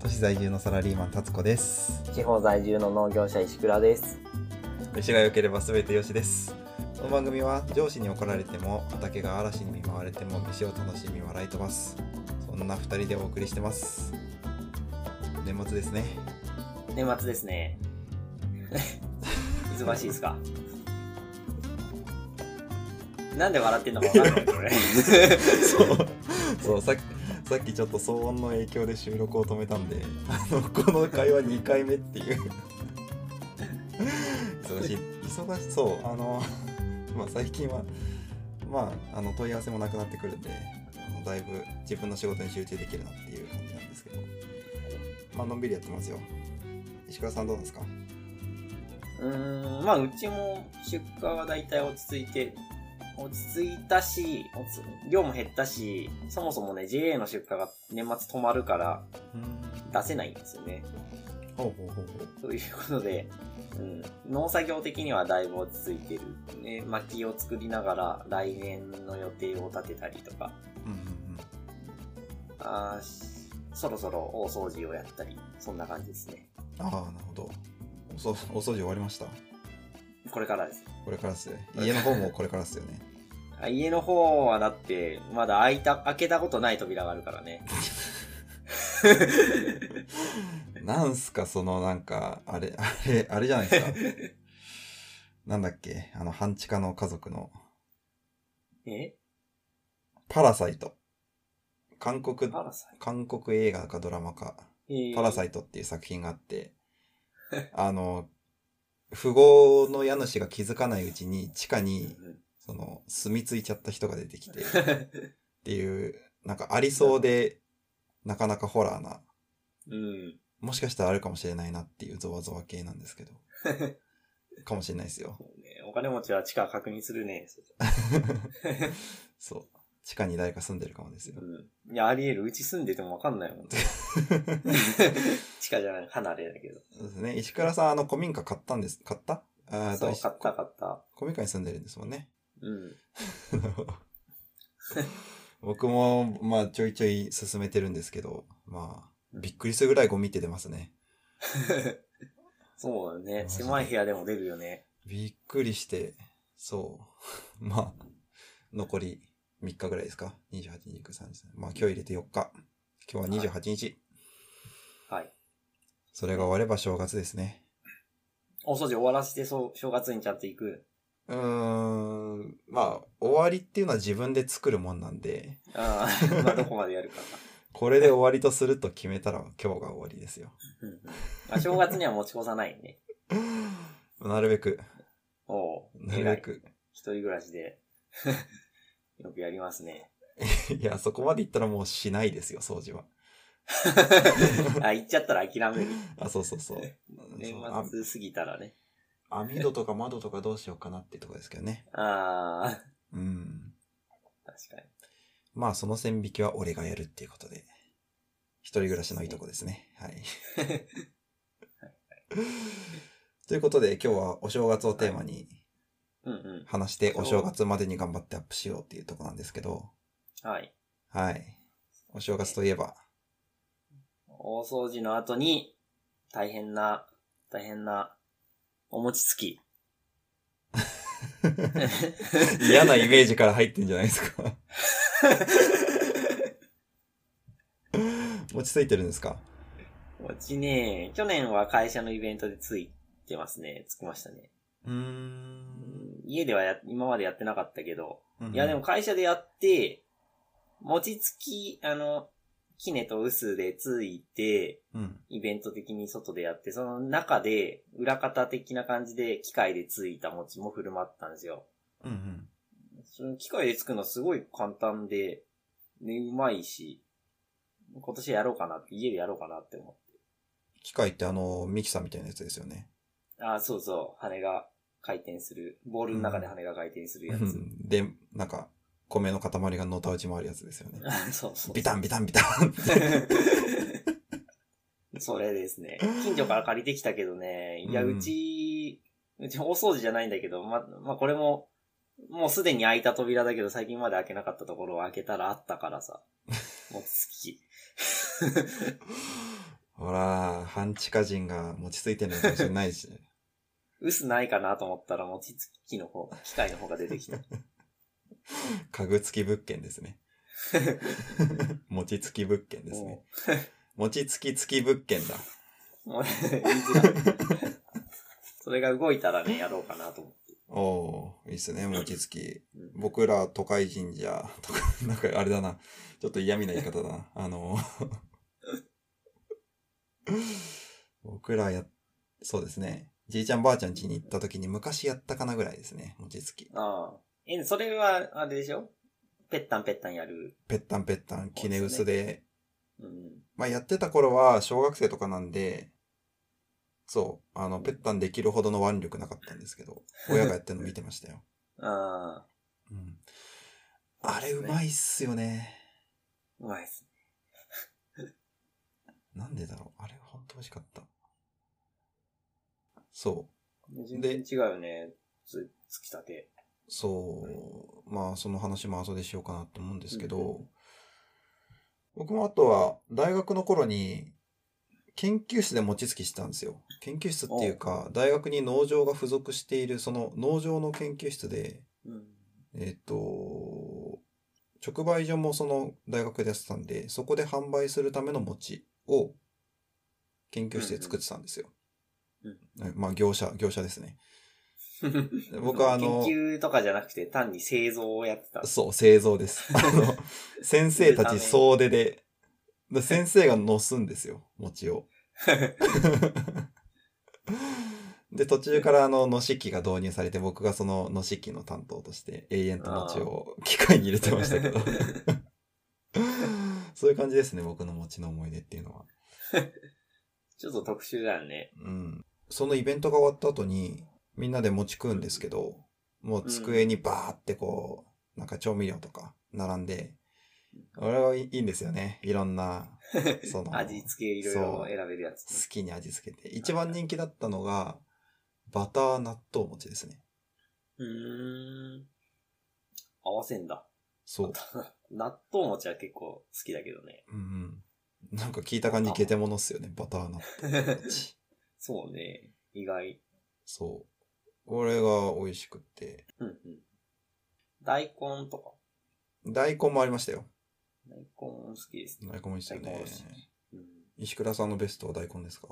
都市在住のサラリーマン達子です。 地方在住の農業者石倉です。 飯が良ければ全てよしです。この番組は上司に怒られても畑が嵐に見舞われても飯を楽しみ笑い飛ばす、そんな2人でお送りしてます。年末ですね。 年末ですね。忙しいですか？なんで笑ってんのか分かんないこれ。 そうさっきちょっと騒音の影響で収録を止めたんで、この会話2回目っていう忙しそう、最近は問い合わせもなくなってくるんで、だいぶ自分の仕事に集中できるなっていう感じなんですけど、のんびりやってますよ。石倉さんどうですか？ うちも出荷はだいたい落ち着いたし、量も減ったし、そもそもね JA の出荷が年末止まるから出せないんですよね。ということで、農作業的にはだいぶ落ち着いてる、ね、薪を作りながら来年の予定を立てたりとか、そろそろ大掃除をやったり、そんな感じですね。 なるほど。お掃除終わりました？ これからです。 これからですね。家の方もこれからですよね。 家の方はだってまだ開けたことない扉があるからね。 なんすかそのなんかあれじゃないですか。なんだっけ、半地下の家族のパラサイト。韓国映画かドラマか、パラサイトっていう作品があって、富豪の家主が気づかないうちに地下に住み着いちゃった人が出てきてっていう、なんかありそうでなかなかホラーな、もしかしたらあるかもしれないなっていうゾワゾワ系なんですけどかもしれないですよ。 お金持ちは地下確認するね。 そう、地下に誰か住んでるかもですよ。 いや、あり得る。うち住んでてもわかんないもん。地下じゃない、離れだけど。 そうですね。石倉さん、古民家買った？ そう、買った。 古民家に住んでるんですもんね。 なるほど。僕も、ちょいちょい進めてるんですけど、びっくりするぐらいゴミって出ますね。 そうだね。狭い部屋でも出るよね。 びっくりして、そう。残り3日ぐらいですか？ 28 日、30日。今日入れて4日。今日は28日。 はい。 それが終われば正月ですね。 お掃除終わらせて正月にちゃんと行く。 終わりっていうのは自分で作るもんなんで。 どこまでやるか。 これで終わりとすると決めたら今日が終わりですよ。 正月には持ち越さないね。 なるべく。 なるべく。一人暮らしでよくやりますね。 いや、そこまで行ったらもうしないですよ、掃除は。 行っちゃったら諦める。 そう。 年末過ぎたらね。 網戸とか窓とかどうしようかなっていうところですけどね。 確かに。その線引きは俺がやるっていうことで。一人暮らしのいいとこですね。はい。ということで今日はお正月をテーマに話してお正月までに頑張ってアップしようっていうところなんですけど。はい。お正月といえば。 大掃除の後に大変なお餅つき。 嫌なイメージから入ってんじゃないですか。餅ついてるんですか？ 餅ね、去年は会社のイベントでつきましたね。家では今までやってなかったけど、いやでも会社でやって、餅つき、杵と臼でついて、イベント的に外でやって、その中で裏方的な感じで機械でついた餅も振る舞ったんですよ。その機械でつくのすごい簡単で、ね、うまいし、今年やろうかなって、家でやろうかなって思って。 機械ってミキサーみたいなやつですよね。 そうそう。羽が回転する。ボールの中で羽が回転するやつ。 で、なんか、米の塊がのたうち回るやつですよね。 そう。 ビタンそれですね。近所から借りてきたけどね。いや、うち大掃除じゃないんだけど、これも、もうすでに開いた扉だけど、最近まで開けなかったところを開けたらあったからさ。もう好き。 ほら、半地下人が餅ついてるのかもしれないし。 薄ないかなと思ったら餅つきの方、機械の方が出てきた。 家具付き物件ですね。餅つき物件ですね。餅つき付き物件だ。 もう言いづらい。それが動いたらね、やろうかなと思って。 おー、いいっすね、餅つき。僕ら都会人じゃ、とか、なんかあれだな。ちょっと嫌味な言い方だな。僕らそうですね。じいちゃんばあちゃん家に行った時に昔やったかなぐらいですね、餅つき。 ああ。それは、あれでしょ？ペッタンペッタンやる。 ペッタンペッタン、キネ薄で。 うん。 まあやってた頃は小学生とかなんで、そう、ペッタンできるほどの腕力なかったんですけど、親がやってるの見てましたよ。 ああ。 うん。あれうまいっすよね。 うまいっすね。なんでだろう。あれほんと美味しかった。そう。 全然違うよね。つきたて。 そう。まあその話も後でしようかなと思うんですけど、僕もあとは大学の頃に研究室で餅つきしてたんですよ。研究室っていうか、大学に農場が付属しているその農場の研究室で、直売所もその大学でやってたんで、そこで販売するための餅を研究室で作ってたんですよ。まあ業者ですね。僕は研究とかじゃなくて単に製造をやってた。 そう、製造です。先生たち総出で、先生がのすんですよ、餅を。で、途中からのし機が導入されて、僕がそののし機の担当として永遠と餅を機械に入れてましたけど。そういう感じですね、僕の餅の思い出っていうのは。 ちょっと特殊だよね。 うん。そのイベントが終わった後に、みんなで餅食うんですけど、もう机にバーってこう、なんか調味料とか並んで、俺はいいんですよね。いろんな、 味付けいろいろ選べるやつ、 ね。好きに味付けて。一番人気だったのが、バター納豆餅ですね。 合わせんだ。 そう。 納豆餅は結構好きだけどね。 なんか聞いた感じゲテモノっすよね。バター納豆餅。 そうね。意外。 そう。これが美味しくって。 大根とか。 大根もありましたよ。 大根好きですね。 大根もいいっすよね。石倉さんのベストは大根ですか？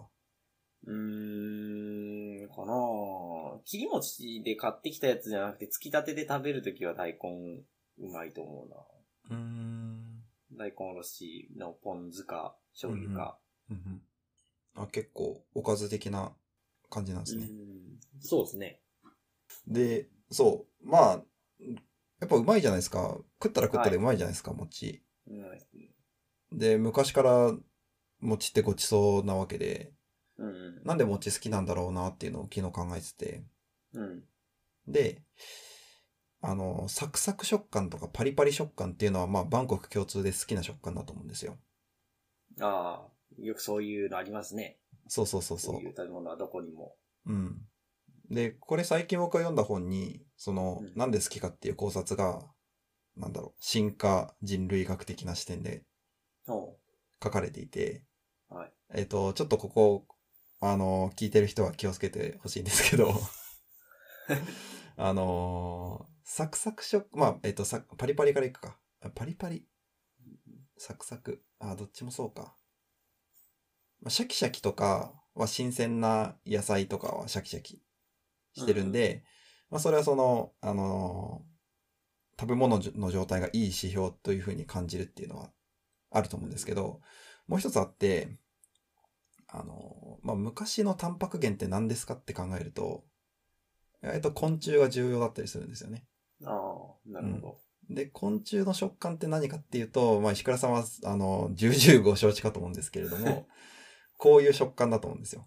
かなぁ。切り餅で買ってきたやつじゃなくて、つきたてで食べるときは大根うまいと思うな。大根おろしのポン酢か、醤油か。 結構おかず的な感じなんですね。 そうですね。 で、そう。まあ、やっぱうまいじゃないですか。食ったら食ったでうまいじゃないですか、餅。で、昔から餅ってごちそうなわけで、なんで餅好きなんだろうなっていうのを昨日考えてて。で、サクサク食感とかパリパリ食感っていうのは、まあ、万国共通で好きな食感だと思うんですよ。 ああ、よくそういうのありますね。 そう。 そういう食べ物はどこにも。 で、これ最近僕が読んだ本に、なんで好きかっていう考察が、進化人類学的な視点で書かれていて、ちょっとここ、聞いてる人は気をつけてほしいんですけど、サクサク食、まあ、パリパリからいくか。パリパリ。サクサク。どっちもそうか。シャキシャキとかは新鮮な野菜とかはシャキシャキしてるんで、まあそれは食べ物の状態がいい指標というふうに感じるっていうのはあると思うんですけど、もう一つあって、まあ昔のタンパク源って何ですかって考えると、昆虫が重要だったりするんですよね。 ああ、なるほど。 で、昆虫の食感って何かっていうと、まあ石倉さんは、重々ご承知かと思うんですけれども、こういう食感だと思うんですよ。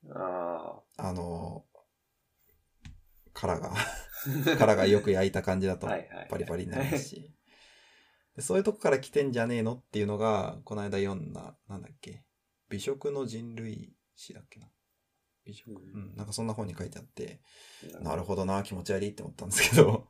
殻がよく焼いた感じだとパリパリになりますし。そういうとこから来てんじゃねえのっていうのが、この間読んだ、なんだっけ、美食の人類史だっけな。美食、なんかそんな本に書いてあって、なるほどな、気持ち悪いって思ったんですけど。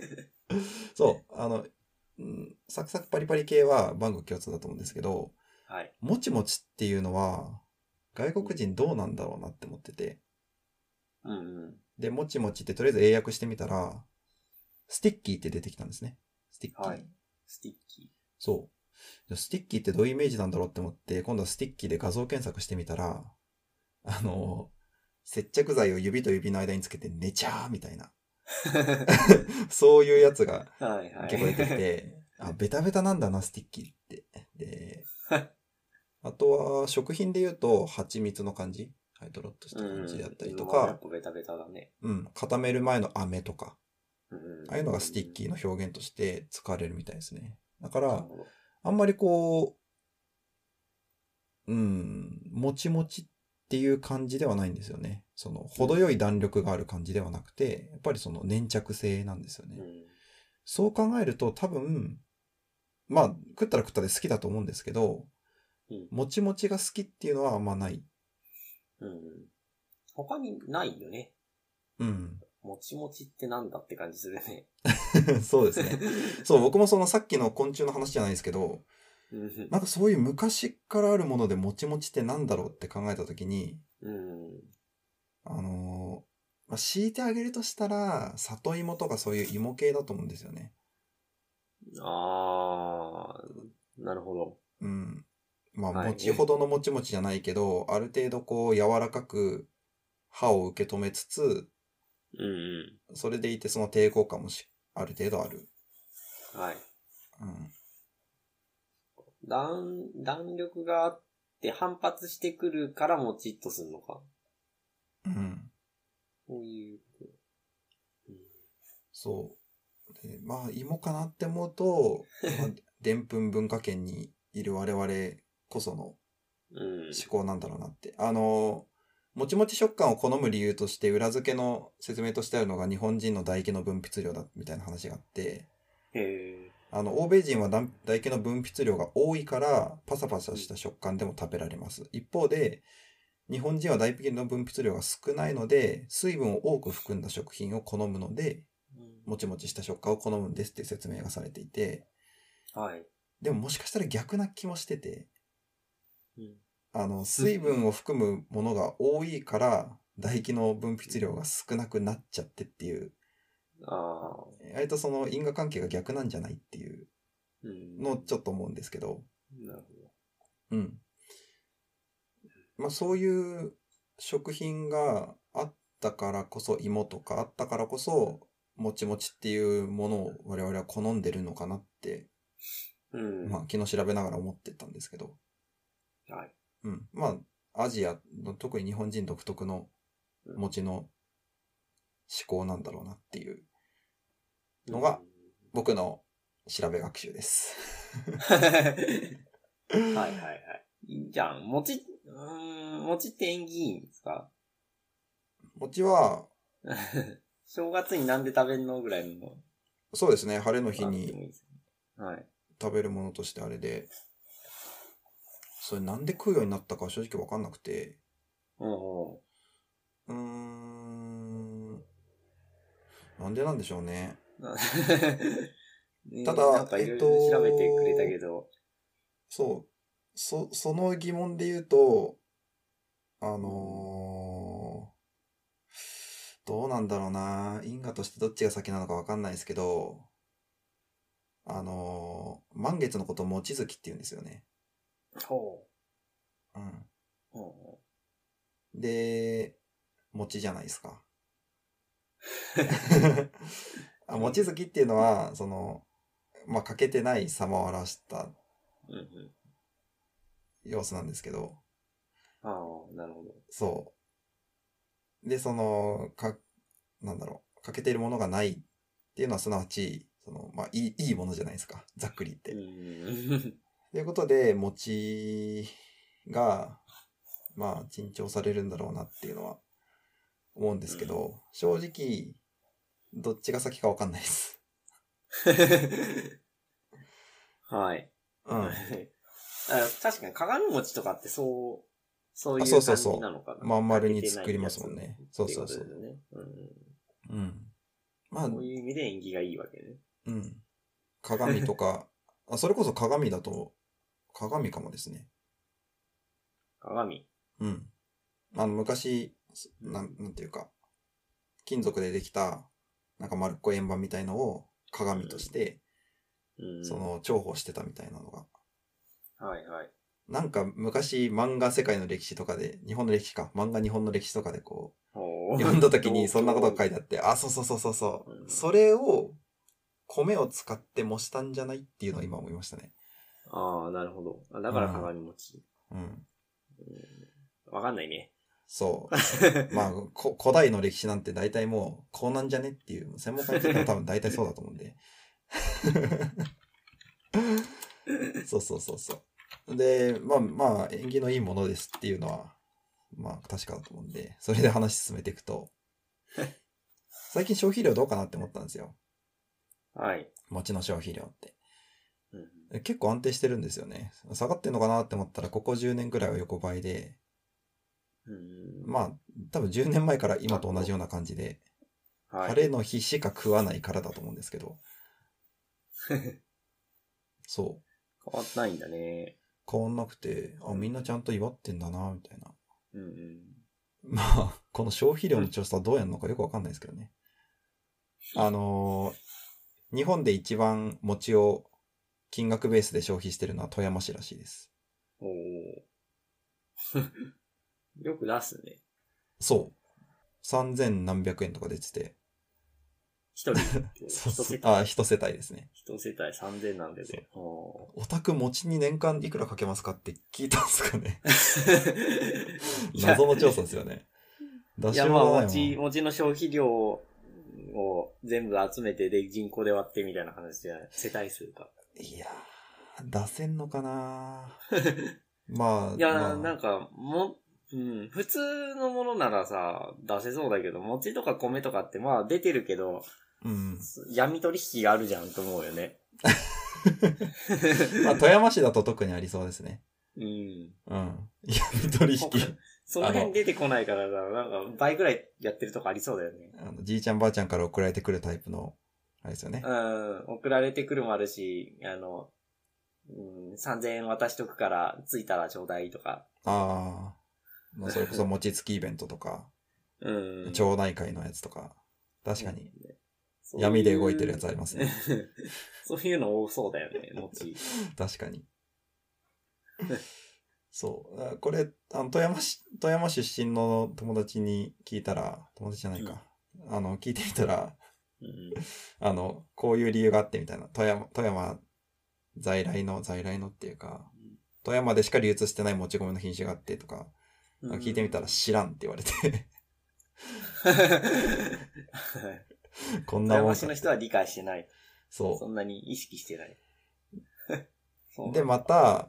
そう、サクサクパリパリ系は万国共通だと思うんですけど、 はい。 もちもちっていうのは、外国人どうなんだろうなって思ってて。 うんうん。 で、もちもちってとりあえず英訳してみたら、スティッキーって出てきたんですね。スティッキー。 はい。スティッキー。 そう。スティッキーってどういうイメージなんだろうって思って、今度はスティッキーで画像検索してみたら、あの、接着剤を指と指の間につけて寝ちゃーみたいな。そういうやつがはいはい。 結構出てきて、あ、ベタベタなんだな、スティッキーって。で、あとは食品で言うと、蜂蜜の感じ。はい、ドロッとした感じであったりとまあやか、 っぱベタベタだね。 うん、固める前の飴とか、 うん。 ああいうのがスティッキーの表現として使われるみたいですね。だからなるほど。 あんまりこう、もちもちっていう感じではないんですよね。その、程よい弾力がある感じではなくて、やっぱりその粘着性なんですよね。 うん。 そう考えると多分、まあ、食ったら食ったで好きだと思うんですけど、 うん。 もちもちが好きっていうのはあんまない。 うん。他にないよね。 うん。 もちもちってなんだって感じするね。 そうですね。そう、僕もそのさっきの昆虫の話じゃないですけど、 うん。 なんかそういう昔からあるものでもちもちってなんだろうって考えたときに、 うん。 強いてあげるとしたら、里芋とかそういう芋系だと思うんですよね。 あー、なるほど。 うん。まあ、 はい。 餅ほどのもちもちじゃないけど、ある程度こう柔らかく歯を受け止めつつ、 うんそれでいてその抵抗感もある程度ある。 うん。はい。 うん。 弾力があって反発してくるからもちっとするのか。 うん。 こういう。うん。 そう。で、まあ、芋かなって思うと、まあ、でんぷん文化圏にいる我々こそのうん。 思考なんだろうなって。もちもち食感を好む理由として裏付けの説明としてあるのが日本人の唾液の分泌量だみたいな話があって、 へえ。 欧米人は唾液の分泌量が多いからパサパサした食感でも食べられます。一方で、日本人は唾液の分泌量が少ないので、水分を多く含んだ食品を好むので、 うん。 もちもちした食感を好むんですっていう説明がされていて、 はい。 でももしかしたら逆な気もしてて、 うん。 水分を含むものが多いから、唾液の分泌量が少なくなっちゃってっていう、 ああ。 割とその因果関係が逆なんじゃないっていううん。 のをちょっと思うんですけど、 なるほうん。まあそういう食品があったからこそ、芋とかあったからこそ、もちもちっていうものを我々は好んでるのかなって、 ど。うん。 まあ昨日調べながら思ってたんですけど、 はい。 うん。まあ、アジアの特に日本人独特の餅の思考なんだろうなっていううん。 のが僕の調べ学習です。 はいはいはい。いいじゃん。餅って縁起いいんですか？ 餅は、 正月になんで食べんのぐらいの。 そうですね、晴れの日あってもにいいですね。はい。 食べるものとしてあれで、それなんで食うようになったか正直わかんなくて、 うんうん。 うーん、なんでなんでしょうね。ただ、 なんかいろいろ調べてくれたけど。 そう、その疑問で言うと、あうんのどうなんだろうな。因果としてどっちが先なのかわかんないですけど、満月のことを望月って言うんですよね。 ほうん。 う。ほで、餅じゃないですか。 う。 望月っていうのは、その、まあ、欠けてない様を表したうんうん。 様子なんですけど、 ああ、なるほど。 そう。で、なんだろう、欠けているものがないっていうのは、すなわち、その、まあ、いいものじゃないですか。ざっくり言っうて。 ん。 ということで、餅が、まあ、珍重されるんだろうなっていうのは思うんですけど、正直、どっちが先かわかんないです。 はい。 うん。 確かに鏡餅とかってそうあ、 いう感じそうそうそなのかな。 う。まん丸欠けてなに作りまいやつっすもんね。そうていうそうそう。 ことですよね。 うん。まあ、 そういう意味で縁起がいいわけね。 うん。鏡とか、それこそ鏡だと、鏡かもですね。 鏡。 うん。昔、なんていうか、金属でできた、なんか丸っこい円盤みたいのを鏡として、その重宝してたみたいなのが。 はいはい。 なんか昔漫画世界の歴史とかで、日本の歴史か、漫画日本の歴史とかでこう、読んだ時にそんなことが書いてあって、あ、そうそうそうそうそう、それを、米を使って模したんじゃないっていうのを今思いましたね。 ああ、なるほど。だから鏡餅。わかんないね。 そう。まあ、古代の歴史なんて大体もう、こうなんじゃねっていう、専門家に聞いたら多分大体そうだと思うんで。そうそうそうそう。で、まあ、縁起のいいものですっていうのは、まあ、確かだと思うんで、それで話進めていくと、最近消費量どうかなって思ったんですよ。 はい。 餅の消費量って。結構安定してるんですよね。下がってんのかなって思ったら、ここ10年くらいは横ばいで、まあ、多分10年前から今と同じような感じで、晴れの日しか食わないからだと思うんですけど。そう。 変わんないんだね。 変わんなくて、みんなちゃんと祝ってんだな、みたいな。まあ、この消費量の調査はどうやるのかよくわかんないですけどね。日本で一番餅を金額ベースで消費してるのは富山市らしいです。 およく出すね。 そう。3000何百円とか出てて。 一人そうそう。一世帯ですね。 一世帯3000なんでね。 お宅餅に年間いくらかけますかって聞いたんですかね。謎の調査ですよね。 いや、まあ、餅の消費量を全部集めてで人口で割ってみたいな話じゃない。世帯数か。 いやー、出せんのかなまあ。 いや、なんか、普通のものならさ、出せそうだけど、餅とか米とかってまあ出てるけど、闇取引があるじゃんと思うよね。 まあ、富山市だと特にありそうですね。闇取引。 その辺出てこないからさ、なんか倍ぐらいやってるとこありそうだよね。 じいちゃんばあちゃんから送られてくるタイプの、あれですよね。 送られてくるもあるし、3000円渡しとくから着いたらちょうだいとか。 まあ、それこそ餅つきイベントとか、町内会のやつとか、確かに、闇で動いてるやつありますね。 そういうの多そうだよね、餅。 確かに。そう。これ、富山出身の友達に聞いたら、友達じゃないか。聞いてみたら、こういう理由があってみたいな。富山在来のっていうか、富山でしか流通してないもち米の品種があってとか、聞いてみたら知らんって言われて。こんなもん。 富山市の人は理解してない。 そう。 そんなに意識してない。 で、また、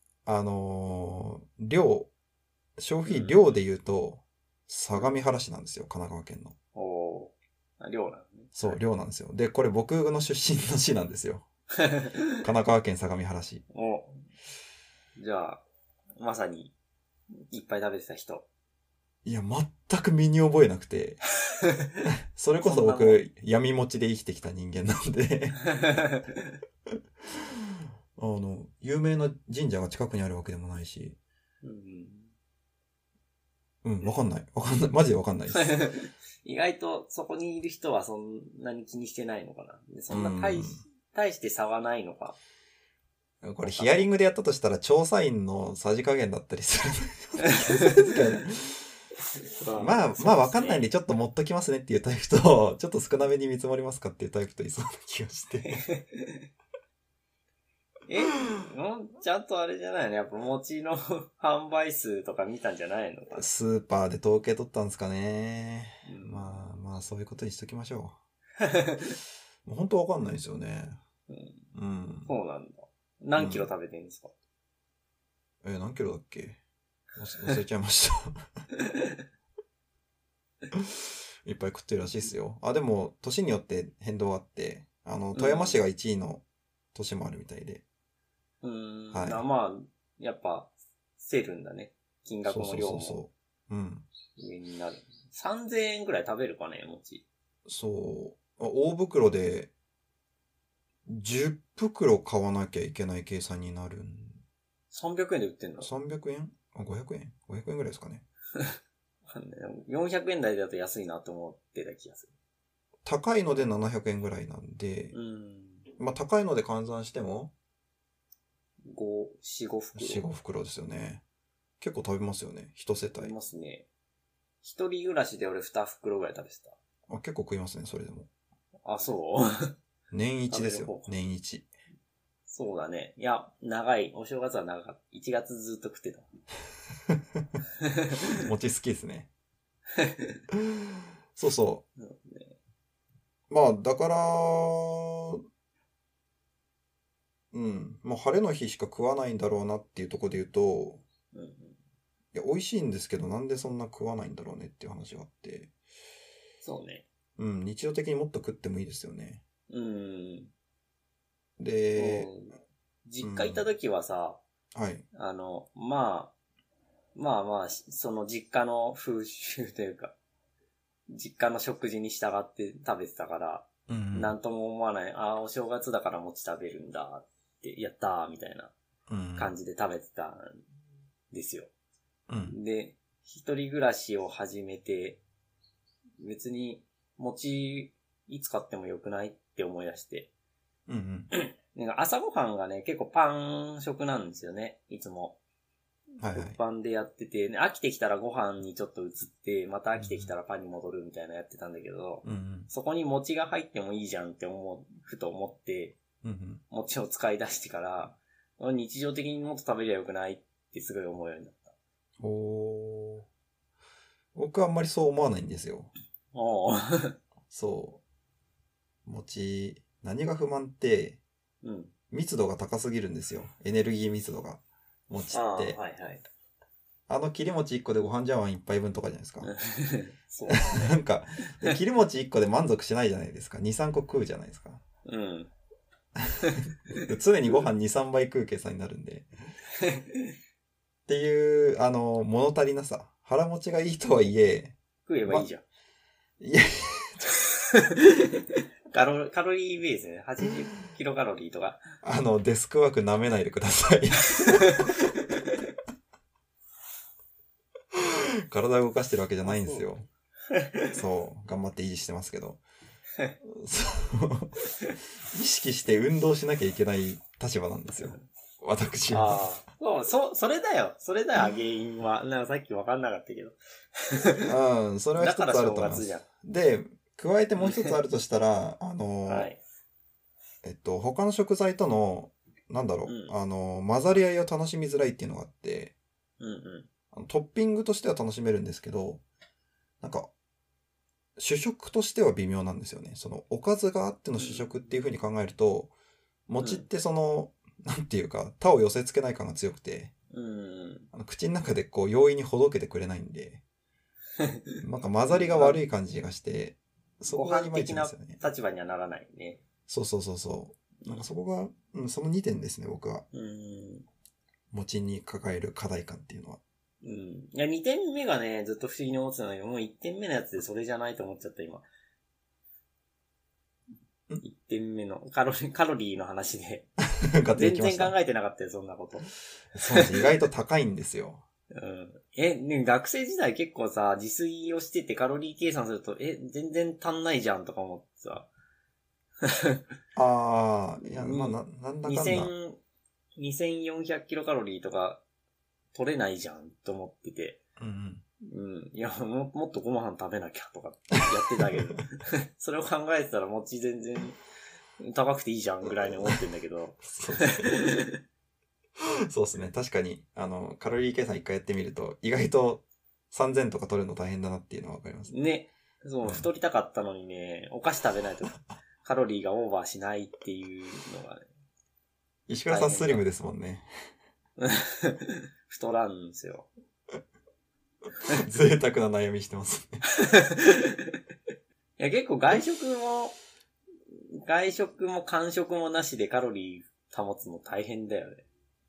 消費量で言うと、相模原市なんですよ、神奈川県の。 量なんね。 そう、量なんですよ。で、これ僕の出身の市なんですよ。神奈川県相模原市。 じゃあ、まさに、いっぱい食べてた人。 いや、全く身に覚えなくて。それこそ僕、闇持ちで生きてきた人間なんで。有名な神社が近くにあるわけでもないし。わかんない。マジでわかんないです。 意外とそこにいる人はそんなに気にしてないのかな。そんな大して差はないのか。 これヒアリングでやったとしたら調査員のさじ加減だったりする。まあわかんないんでちょっと持っときますねっていうタイプと、ちょっと少なめに見積もりますかっていうタイプといそうな気がして。 ちゃんとあれじゃないのやっぱ餅の販売数とか見たんじゃないのかな。 スーパーで統計取ったんですかね。まあそういうことにしときましょう。もう本当わかんないですよね。 そうなんだ。何キロ食べてるんですか？ 何キロだっけ？忘れちゃいました。いっぱい食ってるらしいですよ。でも、年によって変動あって、富山市が1位の年もあるみたいで。 はい。まあ、やっぱ、せるんだね。金額の量も。 そう。 上になる。3000円くらい食べるかね、餅。 そう。大袋で、10袋買わなきゃいけない計算になる。 300円で売ってんの？ 300円 500円 ?500 円ぐらいですかね。 400円台だと安いなと思ってた気がする。 高いので700円ぐらいなんで、まあ高いので換算しても、 4、5袋。 4、5袋ですよね。結構食べますよね。一世帯。 食べますね。一人暮らしで俺2袋ぐらい食べてた。 結構食いますね、それでも。 あ、そう年一ですよ、年一。 そうだね。いや、長い。お正月は長かった。1月ずっと食ってた。 餅好きですね。そうそう。まあ、だから、もう晴れの日しか食わないんだろうなっていうところで言うと、いや、美味しいんですけど、なんでそんな食わないんだろうねっていう話があって。 そうね。 日常的にもっと食ってもいいですよね。 で、実家行った時はさ、 はい。 まあ、その実家の風習というか、実家の食事に従って食べてたから、なんとも思わない、お正月だから餅食べるんだって、やったーみたいな感じで食べてたんですよ。で、一人暮らしを始めて、別に餅いつ買ってもよくないって思い出して、なんか朝ごはんがね、結構パン食なんですよね、いつも。物販でやってて、飽きてきたらご飯にちょっと移って、また飽きてきたらパンに戻るみたいなやってたんだけど、そこに餅が入ってもいいじゃんってふと思って、餅を使い出してから、日常的にもっと食べりゃよくないってすごい思うようになった。 僕はあんまりそう思わないんですよ。そう。餅、何が不満って、密度が高すぎるんですよ。エネルギー密度が。餅って。切り餅1個でご飯茶碗1杯分とかじゃないですか。そうですね。なんか、切り餅1個で満足しないじゃないですか。2、3個食うじゃないですか。常にご飯2、3杯食う計算になるんで。っていう、物足りなさ。腹持ちがいいとはいえ。 食えばいいじゃん。いや、カロリーベースね。80キロカロリーとか。 デスクワーク舐めないでください。体を動かしてるわけじゃないんですよ。そう。頑張って維持してますけど。意識して運動しなきゃいけない立場なんですよ。私は。 それだよ。それだよ、原因は。なんかさっき分かんなかったけど。 それは一つあると思います。で、加えてもう一つあるとしたら、他の食材との、混ざり合いを楽しみづらいっていうのがあって、トッピングとしては楽しめるんですけど、なんか、主食としては微妙なんですよね。その、おかずがあっての主食っていう風に考えると、餅ってなんていうか、他を寄せ付けない感が強くて、口の中でこう容易にほどけてくれないんで、なんか混ざりが悪い感じがして、 そこがいまいちですよね。ご飯的な立場にはならないね。 そう。なんかそこが、その2点ですね、僕は。餅に抱える課題感っていうのは。 いや、2点目がね、ずっと不思議に思ってたんだけど、もう1点目のやつでそれじゃないと思っちゃった、今。1点目のカロリーの話で。全然考えてなかったよ、そんなこと。 そうです。意外と高いんですよ。 ね、学生時代結構さ、自炊をしててカロリー計算すると、全然足んないじゃんとか思ってさ。 いや、まあ、なんだかんだ。 2400キロカロリーとか取れないじゃんと思ってて。いや、もっとご飯食べなきゃとかやってたけど。それを考えてたら餅全然高くていいじゃんぐらいに思ってんだけど。 そうですね。確かに、カロリー計算一回やってみると、意外と3000とか取るの大変だなっていうのはわかります。 ね。そう、太りたかったのにね、お菓子食べないとカロリーがオーバーしないっていうのがね。 石倉さんスリムですもんね。 太らんですよ。 贅沢な悩みしてますね。 いや、結構外食も間食もなしでカロリー保つの大変だよね。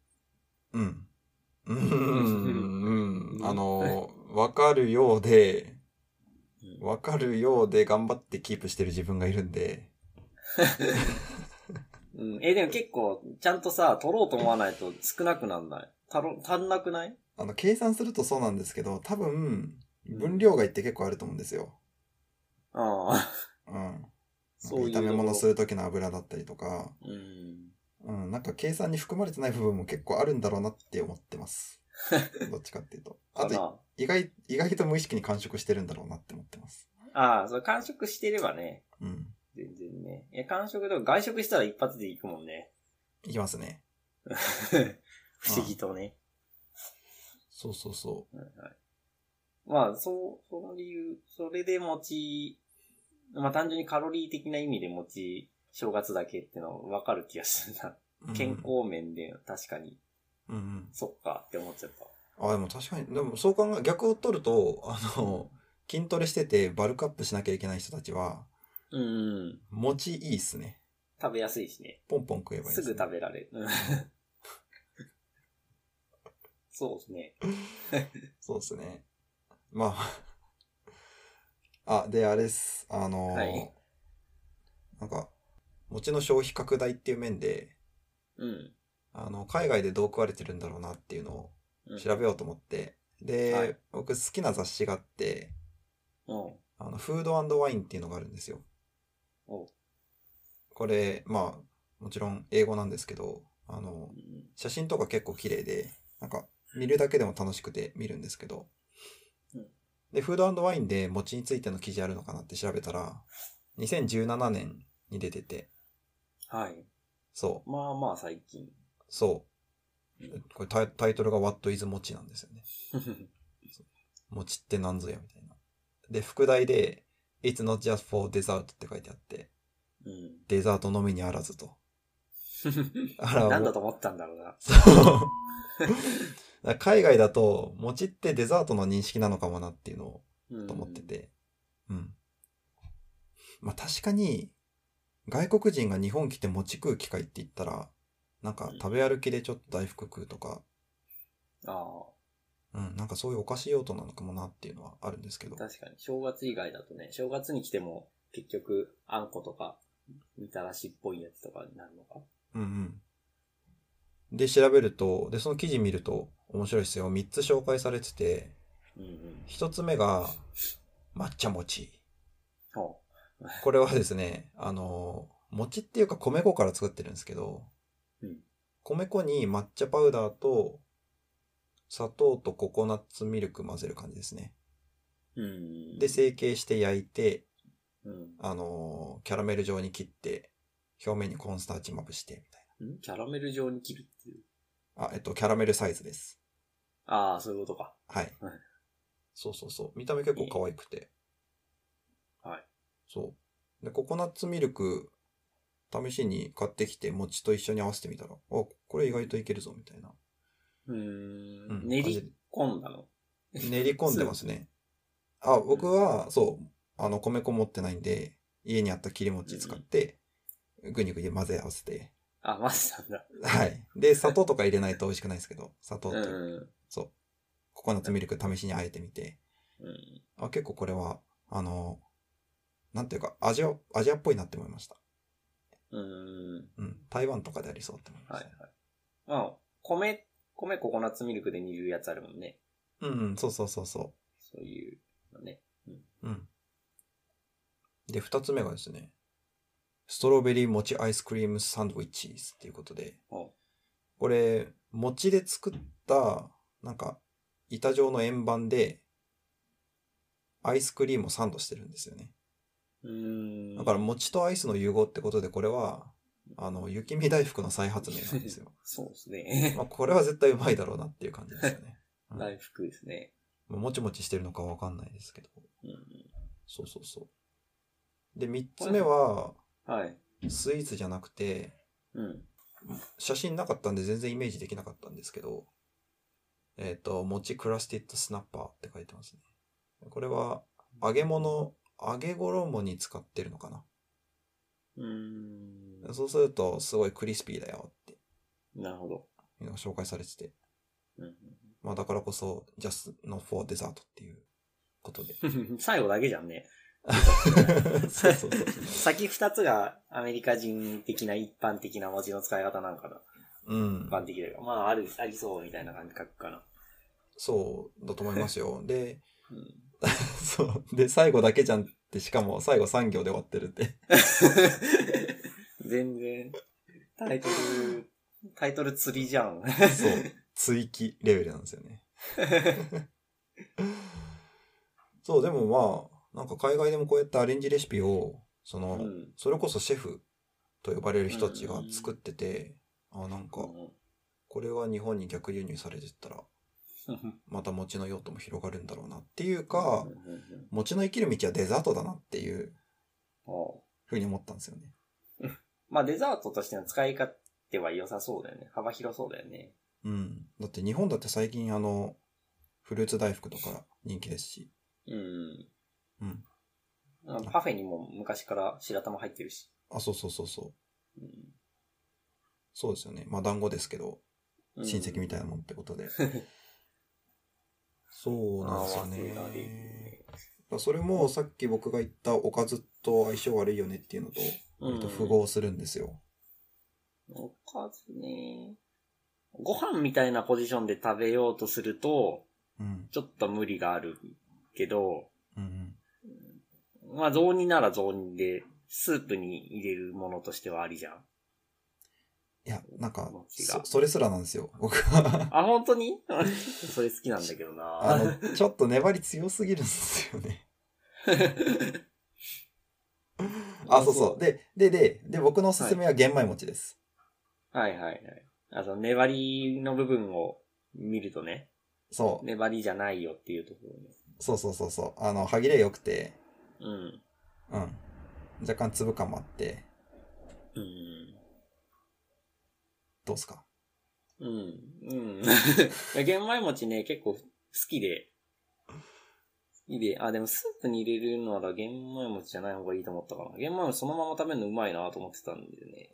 わかるようで頑張ってキープしてる自分がいるんで。 でも結構、ちゃんとさ、取ろうと思わないと少なくなんない。 足んなくない？ 計算するとそうなんですけど、多分、分量外って結構あると思うんですよ。 ああ。うん。 そういう炒め物する時の油だったりとか、 うん。 計算に含まれてない部分も結構あるんだろうなって思ってます。どっちかっていうと。あと、意外と無意識に完食してるんだろうなって思ってます。 それ完食してればね。 うん。 全然ね。完食とか外食したら一発でいくもんね。 いきますね。 不思議とね。 そうそうそう。 まあ、その理由、それで単純にカロリー的な意味で正月だけってのは分かる気がするな。健康面で確かに。そっかって思っちゃった。 でも確かに、でもそう考え、逆を取ると、筋トレしててバルクアップしなきゃいけない人たちは、餅いいっすね。 食べやすいしね。 ポンポン食えばいいすぐ食べられる。そうですね。 そうですね。まあ。で、あれです。なんか、餅の消費拡大っていう面で、海外でどう食われてるんだろうなっていうのを調べようと思って、で、僕好きな雑誌があって、フード&ワインっていうのがあるんですよ。これ、まあ、もちろん英語なんですけど、写真とか結構綺麗で、見るだけでも楽しくて見るんですけど、で、フード&ワインで餅についての記事あるのかなって調べたら、2017年に出てて。 はい。 そう。 まあまあ最近。 そう。これタイトルが What is 餅なんですよね。餅って何ぞやみたいな。で、副題で It's not just for dessert って書いてあって、デザートのみにあらずと。 なんだと思ったんだろうな。 そう。海外だと、餅ってデザートの認識なのかもなっていうのを、と思ってて。まあ確かに、外国人が日本来て餅食う機会って言ったら、食べ歩きでちょっと大福食うとか、そういうお菓子用途なのかもなっていうのはあるんですけど。 確かに、正月以外だとね、正月に来ても結局、あんことか、みたらしっぽいやつとかになるのか。 で、調べると、その記事見ると面白いですよ。3つ紹介されてて、1つ目が、抹茶餅。これはですね、餅っていうか米粉から作ってるんですけど、米粉に抹茶パウダーと砂糖とココナッツミルク混ぜる感じですね。で、成形して焼いて、キャラメル状に切って、表面にコーンスターチまぶして、みたいな。キャラメル状に切るっていう。 キャラメルサイズです。 そういうことか。 はい。そうそうそう。見た目結構可愛くて。 はい。 そう。で、ココナッツミルク、試しに買ってきて、餅と一緒に合わせてみたら、これ意外といけるぞ、みたいな。 練り込んだの？ 練り込んでますね。僕は、そう、米粉持ってないんで、家にあった切り餅使って、ぐにぐに混ぜ合わせて。 混ぜたんだ。 はい。で、砂糖とか入れないと美味しくないですけど、砂糖と、そう。ココナッツミルク試しにあえてみて。結構これは、なんていうか、アジアっぽいなって思いました。台湾とかでありそうって思いました。 はいはい。米ココナッツミルクで煮るやつあるもんね。 そうそうそうそう。 そういうのね。 で、二つ目がですね、ストロベリー餅アイスクリームサンドイッチっていうことで、これ、餅で作った、板状の円盤で、アイスクリームをサンドしてるんですよね。だから餅とアイスの融合ってことで、これは、雪見大福の再発明なんですよ。 そうですね。 これは絶対うまいだろうなっていう感じですよね。 大福ですね。 もちもちしてるのかわかんないですけど。そうそうそう。で、3つ目は、スイーツじゃなくて、写真なかったんで全然イメージできなかったんですけど、餅クラスティッドスナッパーって書いてますね。これは、揚げ衣に使ってるのかな。そうすると、すごいクリスピーだよって。 なるほど。 いうのが紹介されてて。だからこそ、just not for dessert っていうことで。 最後だけじゃんね。 そうそうそう。 先2つがアメリカ人的な一般的な文字の使い方なんかな。 うん。 一般的だが。まあ、ありそうみたいな感覚かな。 そうだと思いますよ。で、 うん、 そう。で、最後だけじゃんって、しかも最後3行で終わってるって。 全然、タイトル釣りじゃん。 そう。追記レベルなんですよね。そう、でもまあ、なんか海外でもこうやってアレンジレシピを、 うん。 それこそシェフと呼ばれるう人たちが作っん。 てて、あ、なんか、 うん。 これは日本に逆輸入されてったら、また餅の用途も広がるんだろうなっていうか、餅の生きる道はデザートだなっていうふうに思ったんですよね。 まあデザートとしての使い勝手は良さそうだよね。幅広そうだよね。 うん。だって日本だって最近フルーツ大福とか人気ですし。 うん。 うん。 パフェにも昔から白玉入ってるし。 あ、そうそうそうそう。 うん、 そうですよね。まあ団子ですけど、 うん、 親戚みたいなもんってことで。そうなんですよね。それもさっき僕が言ったおかずと相性悪いよねっていうのと割と符合するんですよ。 おかずね。ご飯みたいなポジションで食べようとすると、ちょっと無理があるけど、まあ雑煮なら雑煮で、スープに入れるものとしてはありじゃん。 いや、なんか、それすらなんですよ、僕は。 あ、本当にそれ好きなんだけどな。 ちょっと粘り強すぎるんですよね。あ、そうそう。で、僕のおすすめは玄米餅です。 はいはいはい。粘りの部分を見るとね。 そう。 粘りじゃないよっていうところね。 そうそうそうそう。歯切れ良くて、 うん。 うん。若干粒感もあって、 うん。 どうすか？ うん。うん。玄米餅ね、結構好きで。でもスープに入れるのは玄米餅じゃない方がいいと思ったかな。玄米餅そのまま食べるのうまいなと思ってたんでね。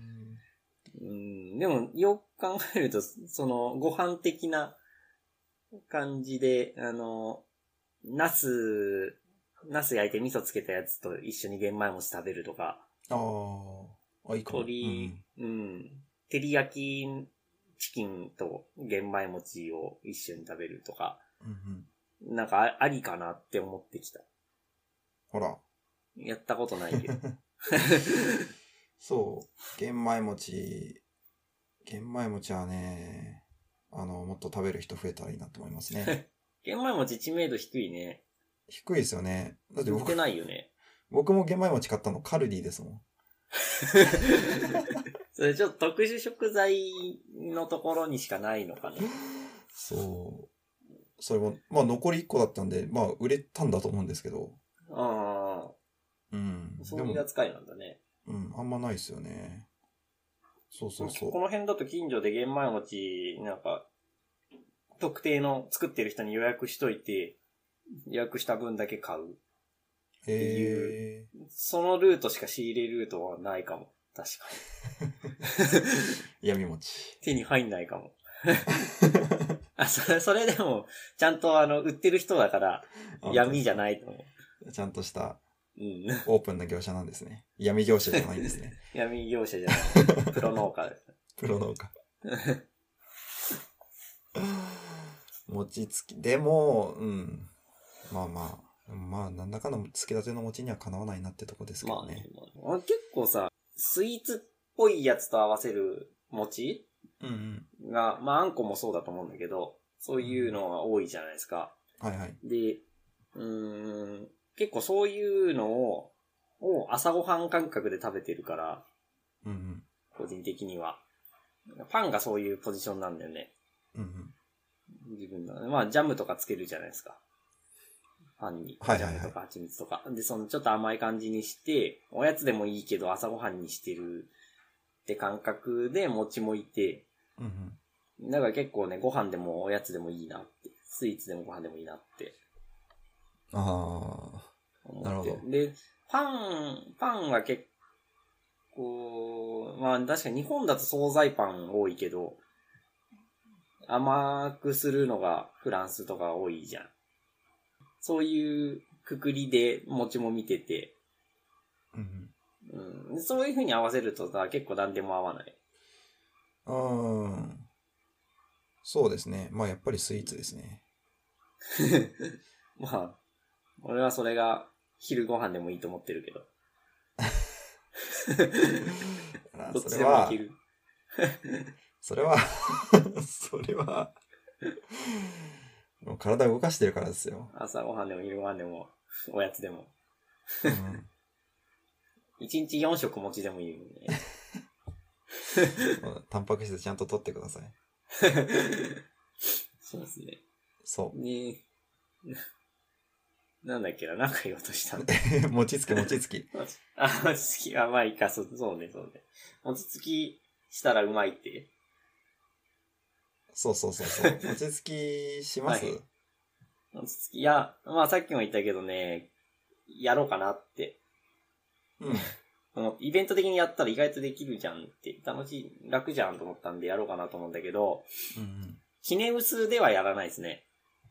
でも、よく考えると、ご飯的な感じで、ナス焼いて味噌つけたやつと一緒に玄米餅食べるとか。 いいかも。 照り焼きチキンと玄米餅を一緒に食べるとか。なんかありかなって思ってきた。 ほら。 やったことないけど。 そう。玄米餅はね、もっと食べる人増えたらいいなと思いますね。 玄米餅知名度低いね。 低いですよね。 だって売ってないよね。 僕も玄米餅買ったのカルディですもん。 それちょっと特殊食材のところにしかないのかな。 そう。それも、まあ残り1個だったんで、まあ売れたんだと思うんですけど。 ああ。うん。そういう扱いなんだね。 あんまないですよね。そうそうそう。 この辺だと近所で玄米餅、なんか、特定の作ってる人に予約しといて、予約した分だけ買う。っていう、そのルートしか仕入れるルートはないかも。確かに。闇餅。 手に入んないかも。それでも、ちゃんと売ってる人だから、闇じゃないと思う。ちゃんとした、オープンな業者なんですね。闇業者じゃないんですね。 闇業者じゃない。プロ農家です。 プロ農家。餅つき。でも、まあ、なんだかのつきたての餅にはかなわないなってとこですけどね。 まあ、結構さ、スイーツっぽいやつと合わせる餅が、まあ、あんこもそうだと思うんだけど、そういうのが多いじゃないですか。 はいはい。 で、結構そういうのを朝ごはん感覚で食べてるから、個人的には。パンがそういうポジションなんだよね。自分の。まあ、ジャムとかつけるじゃないですか。パンに。ジャムとか蜂蜜とか。で、ちょっと甘い感じにして、おやつでもいいけど朝ごはんにしてるって感覚で餅もいて、だから結構ね、ご飯でもおやつでもいいなって。スイーツでもご飯でもいいなって。 なるほど。 で、パンは結構、まあ確かに日本だと惣菜パン多いけど、甘くするのがフランスとか多いじゃん。そういうくくりで餅も見てて、そういう風に合わせるとさ、結構何でも合わない。 そうですね。まあやっぱりスイーツですね。 まあ、俺はそれが昼ご飯でもいいと思ってるけど。どっちでもいける。 それは、もう体動かしてるからですよ。 朝ごはんでも昼ごはんでも、おやつでも。1日4食持ちでもいいよね。 タンパク質ちゃんと取ってください。 そうですね。 そう。 ねなんだっけな、なんか言おうとしたんだ。 餅つき。 餅つき。まあいいか、そうね。餅つきしたらうまいって。 そう。餅つきします？はい、 餅つき、いや、まあさっきも言ったけどね、やろうかなって。イベント的にやったら意外とできるじゃんって、楽じゃんと思ったんでやろうかなと思うんだけど、記念薄ではやらないですね。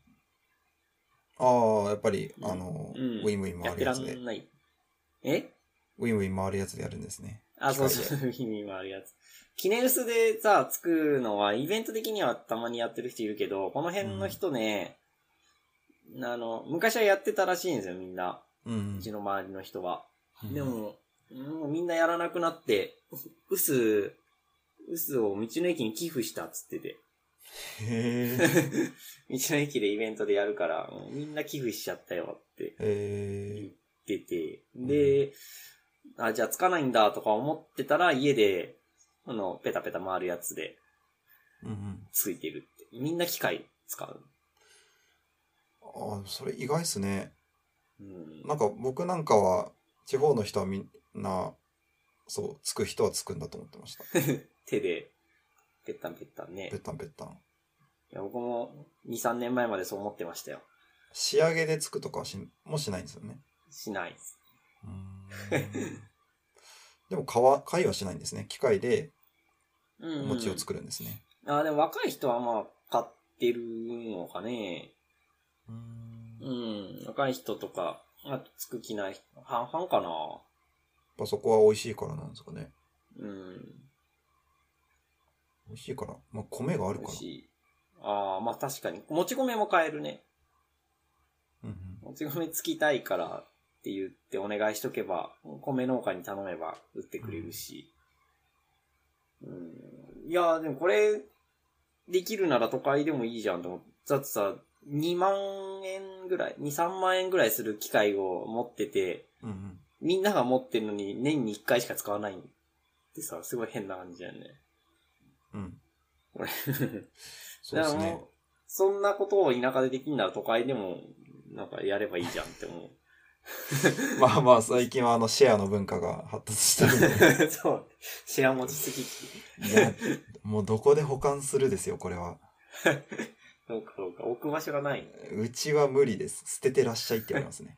ああ、やっぱり、ウィンウィン回るやつで。 やってらんない。 ウィンウィン回るやつでやるんですね。 そう、ウィンウィン回るやつ。記念薄でさ、つくのは、イベント的にはたまにやってる人いるけど、この辺の人ね、昔はやってたらしいんですよ、みんな。うちの周りの人は。でも、みんなやらなくなって、薄を道の駅に寄付したっつってて。道の駅でイベントでやるから、みんな寄付しちゃったよって言ってて。で、じゃあつかないんだとか思ってたら、家で、ペタペタ回るやつで、ついてるって。みんな機械使う。 それ意外っすね。なんか僕なんかは、地方の人はみんな、そう、つく人はつくんだと思ってました。 手で、ぺったんね。 ぺったん。いや、僕も2、3年前までそう思ってましたよ。 仕上げでつくとかはもしないんですよね。 しないです。 でも、貝はしないんですね。機械で、お餅を作るんですね。 でも若い人はまあ、買ってるのかね。若い人とか、あとつく気ない人、半々かな。やっぱそこは美味しいからなんですかね。美味しいから。まあ、米があるから。美味しい。 まあ確かに。もち米も買えるね。もち米つきたいからって言ってお願いしとけば、米農家に頼めば売ってくれるし。いや、でもこれ、できるなら都会でもいいじゃんと思って。だってさ、2万円ぐらい、2、3万円ぐらいする機械を持ってて、みんなが持ってるのに年に1回しか使わないってさ、すごい変な感じだよね。俺そうですね。そんなことを田舎でできんなら都会でもなんかやればいいじゃんって思う。 まあ最近はシェアの文化が発達してるんで。 そう。シェア持ちすぎ。 いや、もうどこで保管するですよ、これは。 そうか。置く場所がない。 うちは無理です。捨ててらっしゃいって言われますね。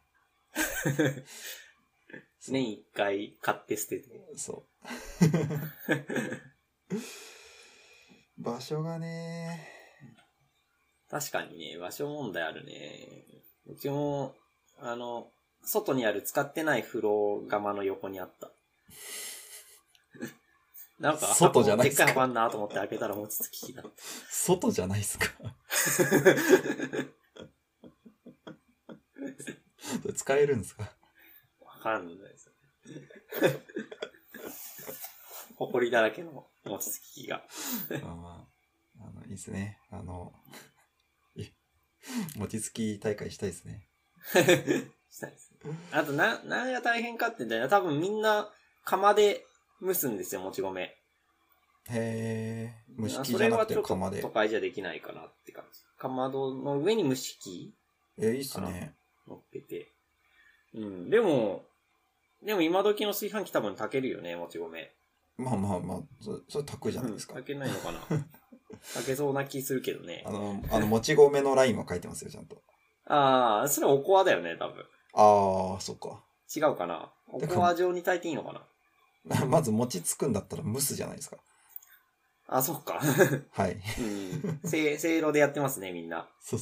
年一回買って捨てて。 そう。場所がね。 確かにね、場所問題あるね。うちも、外にある使ってない風呂釜の横にあった。なんか、 外じゃないっすか。 でっかい箱あんなと思って開けたら餅つきだった。 外じゃないっすか。使えるんですか？ わかんないです。ほこりだらけの餅つきが。 いいですね。餅つき大会したいですね。 したいです。あと、何が大変かって言ったら、多分みんな釜で蒸すんですよ、もち米。 へー。蒸し器じゃなくて釜で。 それはちょっと都会じゃできないかなって感じ。かまどの上に蒸し器いいっすね。 乗っけて。でも今時の炊飯器多分炊けるよね、もち米。 まあ、それ炊くじゃないですか。 炊けないのかな。炊けそうな気するけどね。 もち米のラインは書いてますよ、ちゃんと。 それおこわだよね、多分。 そっか。 違うかな。おこわ状に炊いていいのかな。まず餅つくんだったら蒸すじゃないですか。 そっか。 はい。 せいろでやってますね、みんな。 そう。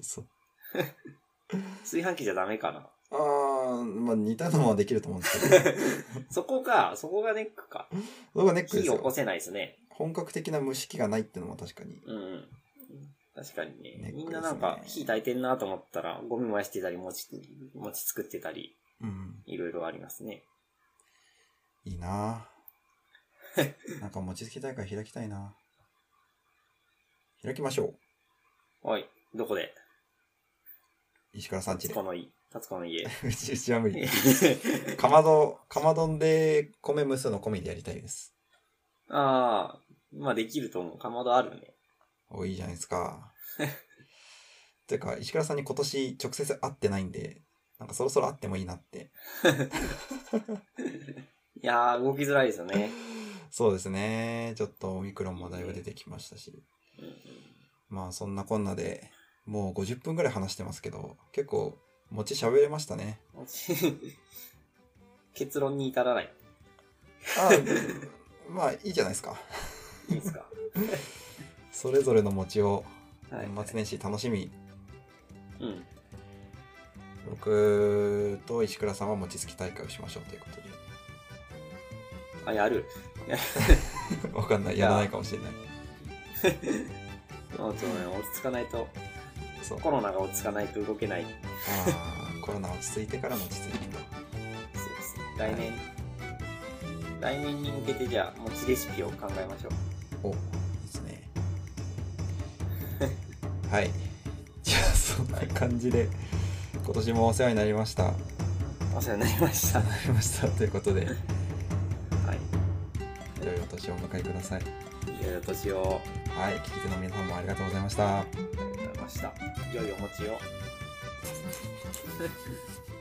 炊飯器じゃダメかな。 まあ似たのはできると思うんですけど。 そこがネックか。 そこがネックですよ。 火起こせないですね。 本格的な蒸し器がないってのも確かに。 うん。確かにね。 ネックですね。 みんななんか火焚いてんなと思ったら、ゴミ燃やしてたり、餅作ってたり、いろいろありますね。 いいなぁ。なんか餅つき大会開きたいな。開きましょう。はい。どこで？ 石倉さんちで。 達子の家。 うちは無理。かまどで米蒸すの込みでやりたいです。 ああ、まあできると思う。かまどあるね。 いいじゃないですか。てか、石倉さんに今年直接会ってないんで、なんかそろそろ会ってもいいなって。 いやー、動きづらいですよね。 そうですね。ちょっとオミクロンもだいぶ出てきましたし。まあそんなこんなで、もう50分ぐらい話してますけど、結構、餅喋れましたね。 結論に至らない。 まあいいじゃないですか。 いいですか。 それぞれの餅を年末年始楽しみ。僕と石倉さんは餅つき大会をしましょうということで。 あ、やる。 わかんない。やらないかもしれない。 落ち着かないと。コロナが落ち着かないと動けない。 コロナ落ち着いてから餅ついてと。 そうですね。来年に向けてじゃあ餅レシピを考えましょう。 いいですね。はい。じゃあそんな感じで、今年もお世話になりました。 お世話になりました。 ということで、 はい。 良いお年をお迎えください。 良いお年を。 はい。聞き手の皆さんもありがとうございました。 ありがとうございました。良いお餅を。